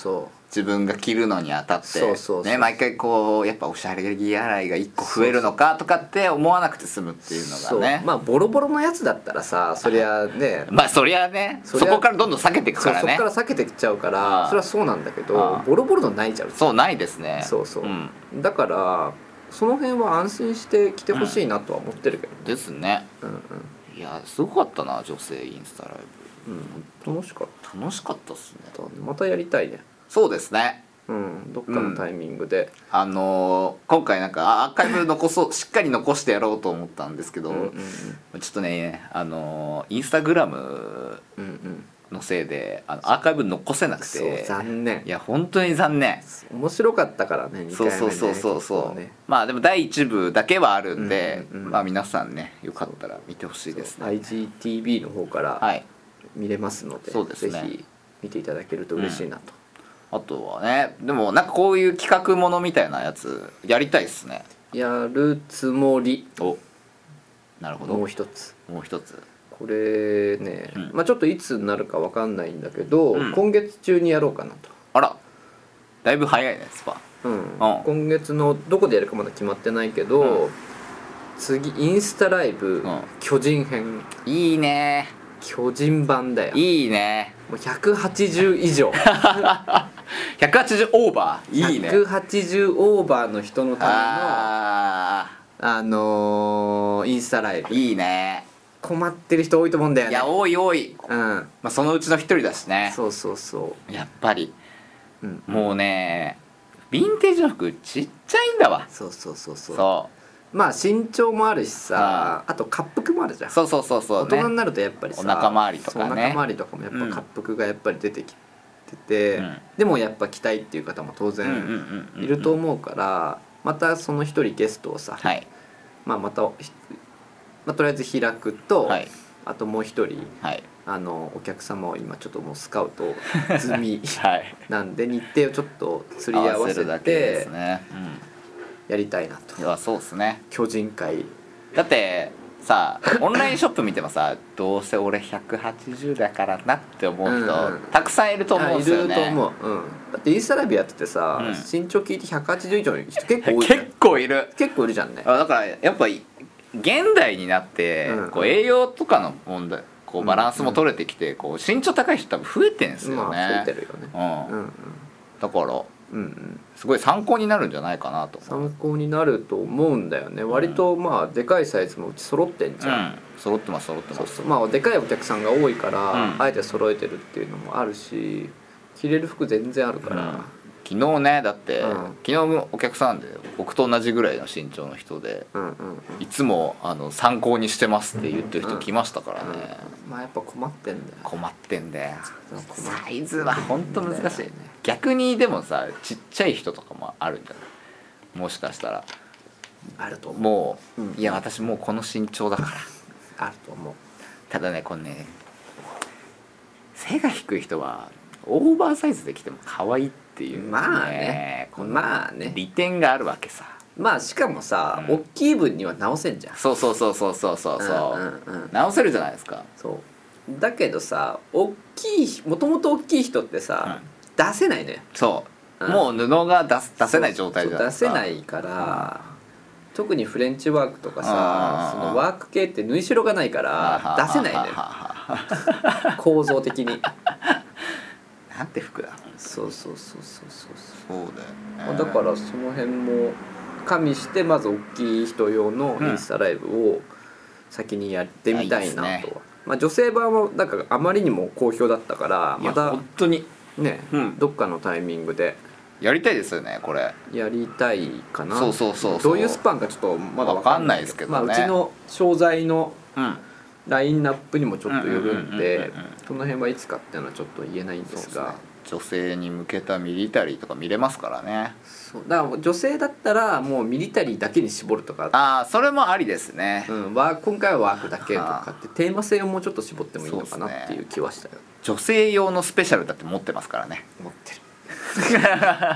自分が着るのにあたってそうそうそうね、毎回こうやっぱおしゃれ着洗いがいっこ増えるのかとかって思わなくて済むっていうのそうがね。 まあボロボロのやつだったらさそりゃねまあそりゃねそそりゃこからどんどん避けていくそうからね。 そこから避けてきちゃうかああらそれはそうなんだけあどあボロボロのないじゃんそうないですね。 そうそう、 んだからその辺は安心して来てほしいなとは思ってるけどね、 ですね。 うんうんいやすごかったな女性インスタライうん、楽しかっブ楽しかったっすね。 たまたやりたいねそうですね。 うんどっかのタイミングで、 あのー今回なんかアーカイブ残そうしっかり残してやろうと思ったんですけど、 うんうんちょっとねあのーインスタグラムうんうんのせいであのアーカイブ残せなくそうて残念いや本当に残念。 面白かったからねにかいめねそうそうそうそうそう、 結構ねまあでもだいいち部だけはあるんで、 うんうんうんまあ皆さんねよかったら見てほしいですね。 アイジーティービー の方からはい。 見れますので、 そうですねぜひ見ていただけると嬉しいなと、 あとはねでもなんかこういう企画ものみたいなやつやりたいっすね。 やるつもりおなるほど。 もう一つもう一つ。 これね、 うんまあちょっといつになるかわかんないんだけど、 うん今月中にやろうかなと、 あらだいぶ早いねスパ。 うんうん今月のどこでやるかまだ決まってないけど、 うん次インスタライブ、 うん巨人編いいね巨人版だよいいねもうひゃくはちじゅう以上ひゃくはちじゅうオーバーいいね。 ひゃくはちじゅうオーバーの人のためのああのーインスタライブーいいね。 困ってる人多いと思うんだよねいや多い多い、 うんまあ、そのうちの一人だしね。 そうそうそやっぱりう、うん、 もうねヴィンテージの服ちっちゃいんだわ。 そうそうそうそうそまあ身長もあるしさあと滑腹もあるじゃうんそうそうそうそうね大人になるとやっぱりさお腹周りとかねそうお腹周りとかもやっぱうん滑腹がやっぱり出てきてて、 うんでもやっぱ着たいっていう方も当うんうん然うんうんいると思うからまたその一人ゲストをさ、 はいまあ、また、ひまあ、とりあえず開くと、 はいあともう一人はいあのお客様を今ちょっともうスカウト済みはいなんで日程をちょっとすり合わせるだけでてすね。 やりたいなうん、 といやそうですね。 巨人会だってさオンラインショップ見てもさどうせ俺ひゃくはちじゅうだからなって思う人、 うんうんたくさんいると思うんあいですよね。 ると思う、うん、だってインスタライブやっててさ、 うん身長聞いてひゃくはちじゅう以上の人結構多いじゃん結構いる。 結構いるじゃんねあだからやっぱり現代になって、 うんこう栄養とかの問題こうバランスも取れてきて、こう身長高い人多分増えてんですよね。 まあ増えてるよねうんうんうんだからうんうんすごい参考になるんじゃないかなと思う。 参考になると思うんだよね割とまあでかいサイズもうち揃ってんじゃん、 うん、揃ってます揃ってます。 そうそうまあでかいお客さんが多いから、 うんあえて揃えてるっていうのもあるし着れる服全然あるから、 うん昨日ねだって、 うん昨日お客さんで僕と同じぐらいの身長の人でうん、うんうんいつもあの参考にしてますって言ってる人来ましたからね、 まあやっぱ困ってんだよ困ってんだよ。 困ってんだよサイズは本当難しい、 ね逆にでもさちっちゃい人とかもあるんじゃないもしかしたらあると思うもう、 うんいや私もうこの身長だからあると思うただねこれね背が低い人はオーバーサイズで着ても可愛いっていう、 まあねこのまあね利点があるわけさ。 まあしかもさ、 うん大きい分には直せんじゃんそうそうそうそうそうそうそう、 んうんうん直せるじゃないですか。 そうだけどさ大きいもともと大きい人ってさ、出せないのよそう、 うんもう布が出す出せない状態じゃないですか。 そう出せないから、特にフレンチワークとかうんさそのワーク系って縫い代がないから出せないのよ構造的になんて服だ。 そうそうそうそうそうそうだよね。 だからその辺も加味してまず大きい人用のインスタライブを先にやってみたいなとは、 いいですねまあ、女性版はなんかあまりにも好評だったからいやまた本当にね、 うんどっかのタイミングでやりたいですよねこれ。 やりたいかな。 そうそうそうそうどういうスパンかちょっとまだわかんないけど、 わかんないですけどねまあ、うちの商材のうんラインナップにもちょっとよるんうんうんうんでうんうんその辺はいつかっていうのはちょっと言えないんですが、 女性に向けたミリタリーとか見れますからね。 そうだから女性だったらもうミリタリーだけに絞るとか、 ああそれもありですね、 うん、ワーク今回はワークだけとかってテーマ性をもうちょっと絞ってもいいのかなっていう気はしたよ。 女性用のスペシャルだって持ってますからね。 持ってる持って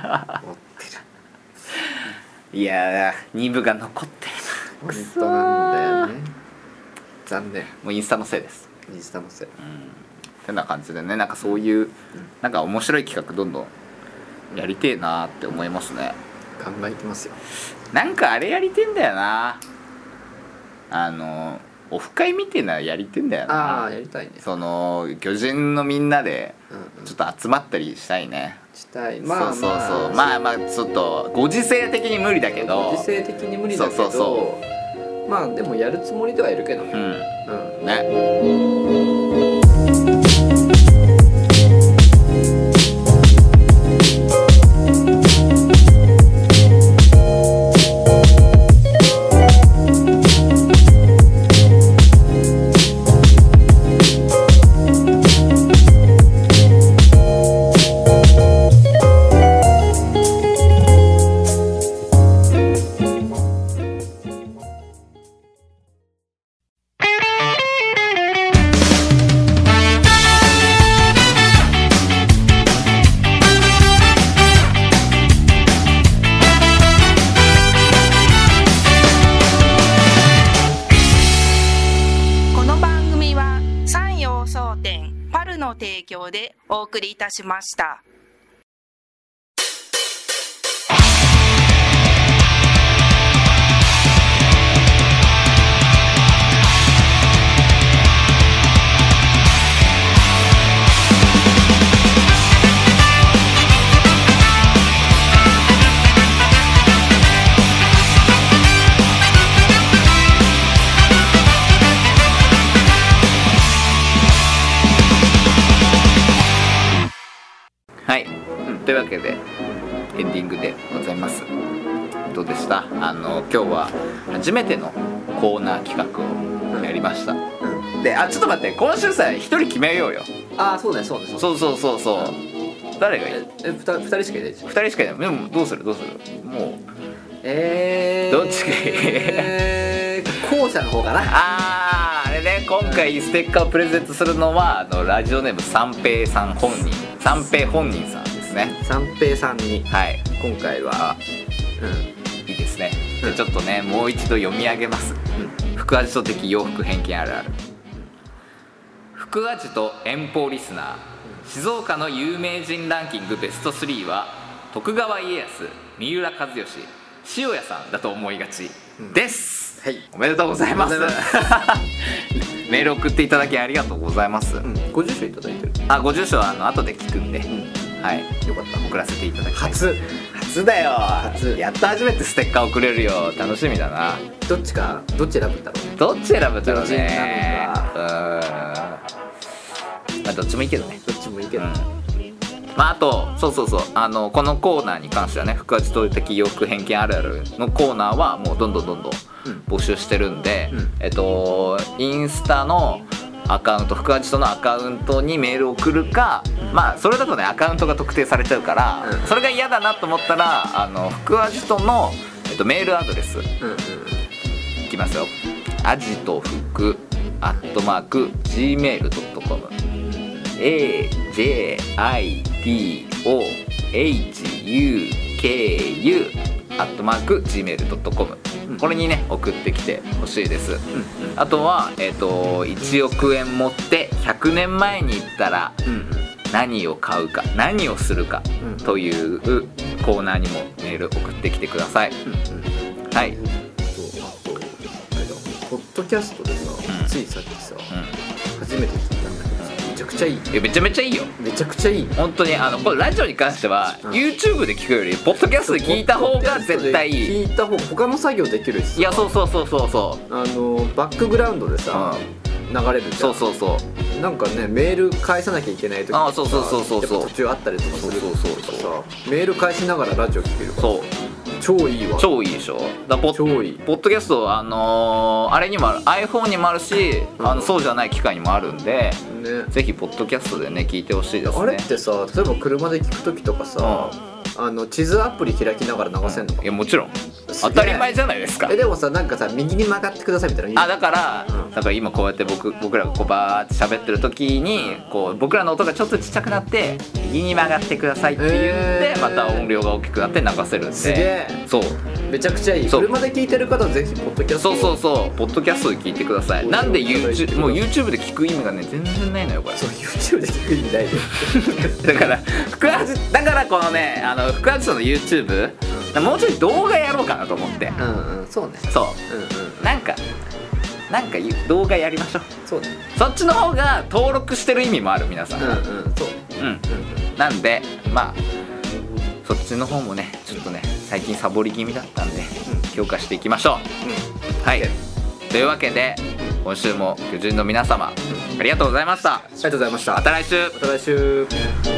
るいやーに部が残ってる本当なんだよね。残念。 もうインスタのせいです。 インスタのせい。 うんてな感じでねなんかそういうなんか面白い企画どんどんやりてえなって思いますね。 ガンガンいきますよ。 なんかあれやりてえんだよな、あのオフ会みてえなやりてえんだよな。 ああやりたいね。 その巨人のみんなでちょっと集まったりしたいね。 したい。まあそうそうそう、まあまあちょっとご時世的に無理だけど、 ご時世的に無理だけど、 そうそうそまあでもやるつもりではいるけどね。 うんうんね。 この番組は山陽総店パルの提供でお送りいたしました。 はい、というわけでエンディングでございます。どうでした？あの今日は初めてのコーナー企画をやりました。 うん。 で、あ、ちょっと待って、今週さ一人決めようよ。 ああそうだねそうだね。 そうそうそうそう。誰がいい？ ええふた二人しかいないじゃん。 二人しかいない。でもどうするどうする？もうえー、 どっちがいい？ えー、後者の方かな。 あーあれね、今回ステッカーをプレゼントするのはあのラジオネーム三平さん本人、三平本人さんですね。 三平さんにはい、 今回は、うん、 いいですね。 うんでちょっとねもう一度読み上げます。腹アジト的洋服偏見あるある。腹アジト遠方リスナー、静岡の有名人ランキングベストスリーは徳川家康、三浦知良、塩谷さんだと思いがちです、 はい、 おめでとうございます。 おめでとうございまメール送っていただきありがとうございます、 うん、ご住所いただいてる。 あ、ご住所はあの後で聞くんで、はい、 よかった。 送らせていただきたい。 初初だよ。 初やっと初めてステッカー送れるよ。楽しみだな。 どっちかどっち選ぶんだろうね。 どっち選ぶんだろう巨人ね。 なのうーん、まあどっちもいいけどね。 どっちもいいけど、 うん、まああとそうそうそう、あのこのコーナーに関してはね、腹アジト的洋服偏見あるあるのコーナーはもうどんどんどんどん募集してるんで、 うん、 えっとインスタのアカウント、腹アジトのアカウントにメールを送るか、うん、まあそれだとねアカウントが特定されちゃうから、うん、それが嫌だなと思ったらあの腹アジトの、えっと、メールアドレス、うんうん、いきますよ。アジト服アットマーク ジーメールドットコム エージェーアイディーオーエイチユーケーユー アットマーク ジーメールドットコム、これにね送ってきてほしいです、うん、あとは、えーと、いちおくえん持ってひゃくねんまえに行ったら何を買うか何をするかというコーナーにもメール送ってきてください、うんうん、はい。 ポッドキャストでさ、うん、ついさっきさ、うん、初めて聞いたんだけどさ、めちゃくちゃいい。 いやめちゃめちゃいいよ。 めちゃくちゃいい。 本当にあのこれラジオに関しては、うん、YouTube で聞くよりポッドキャストで聞いた方が絶対いい。 聞いた方が他の作業できるし。 いやそうそうそうそうそう。 あのバックグラウンドでさ、うん、流れるじゃん。 そうそうそう。 なんかねメール返さなきゃいけない時とか、 あそうそうそうそうそう。 途中あったりとかするとかさ、 そうそうそうメール返しながらラジオ聞けるから。そう。超いいわ。 超いいでしょ。だポ超いい。 ポッドキャストあのー、あれにもある iPhone にもあるし、うん、あのそうじゃない機械にもあるんで、ね、ぜひポッドキャストでね聞いてほしいですね。 あれってさ、例えば車で聞く時とかさ、うん、あの地図アプリ開きながら流せんのか、うん、 いやもちろん当たり前じゃないですか。 えでもさなんかさ右に曲がってくださいみたいな。 あだから、うん、だから今こうやって僕僕らがこうバーって喋ってる時にこう僕らの音がちょっとちっちゃくなって右に曲がってくださいって言って、えー、また音量が大きくなって流せるんで。 すげえ。 そうめちゃくちゃいい。車で聞いてる方はぜひポッドキャスト。 そうそうそうポッドキャストで聞いてください。なんで YouTube もう YouTube で聞く意味がね全然ないのよこれ。 そう YouTube で聞く意味ないでだからだからこのねあの福原さんの YouTube、うん、もうちょい動画やろうかなと思って。 うんうんそうね。 そう、 うんうん、 なんかなんか動画やりましょう。 そうね。 そっちの方が登録してる意味もある皆さん。 うんうんそう。 うん、うん、なんでまあそっちの方もねちょっとね最近サボり気味だったんで、うん、強化していきましょう。うん、はい。というわけで今週も巨人の皆様ありがとうございました。 ありがとうございました。 また来週。 また来週。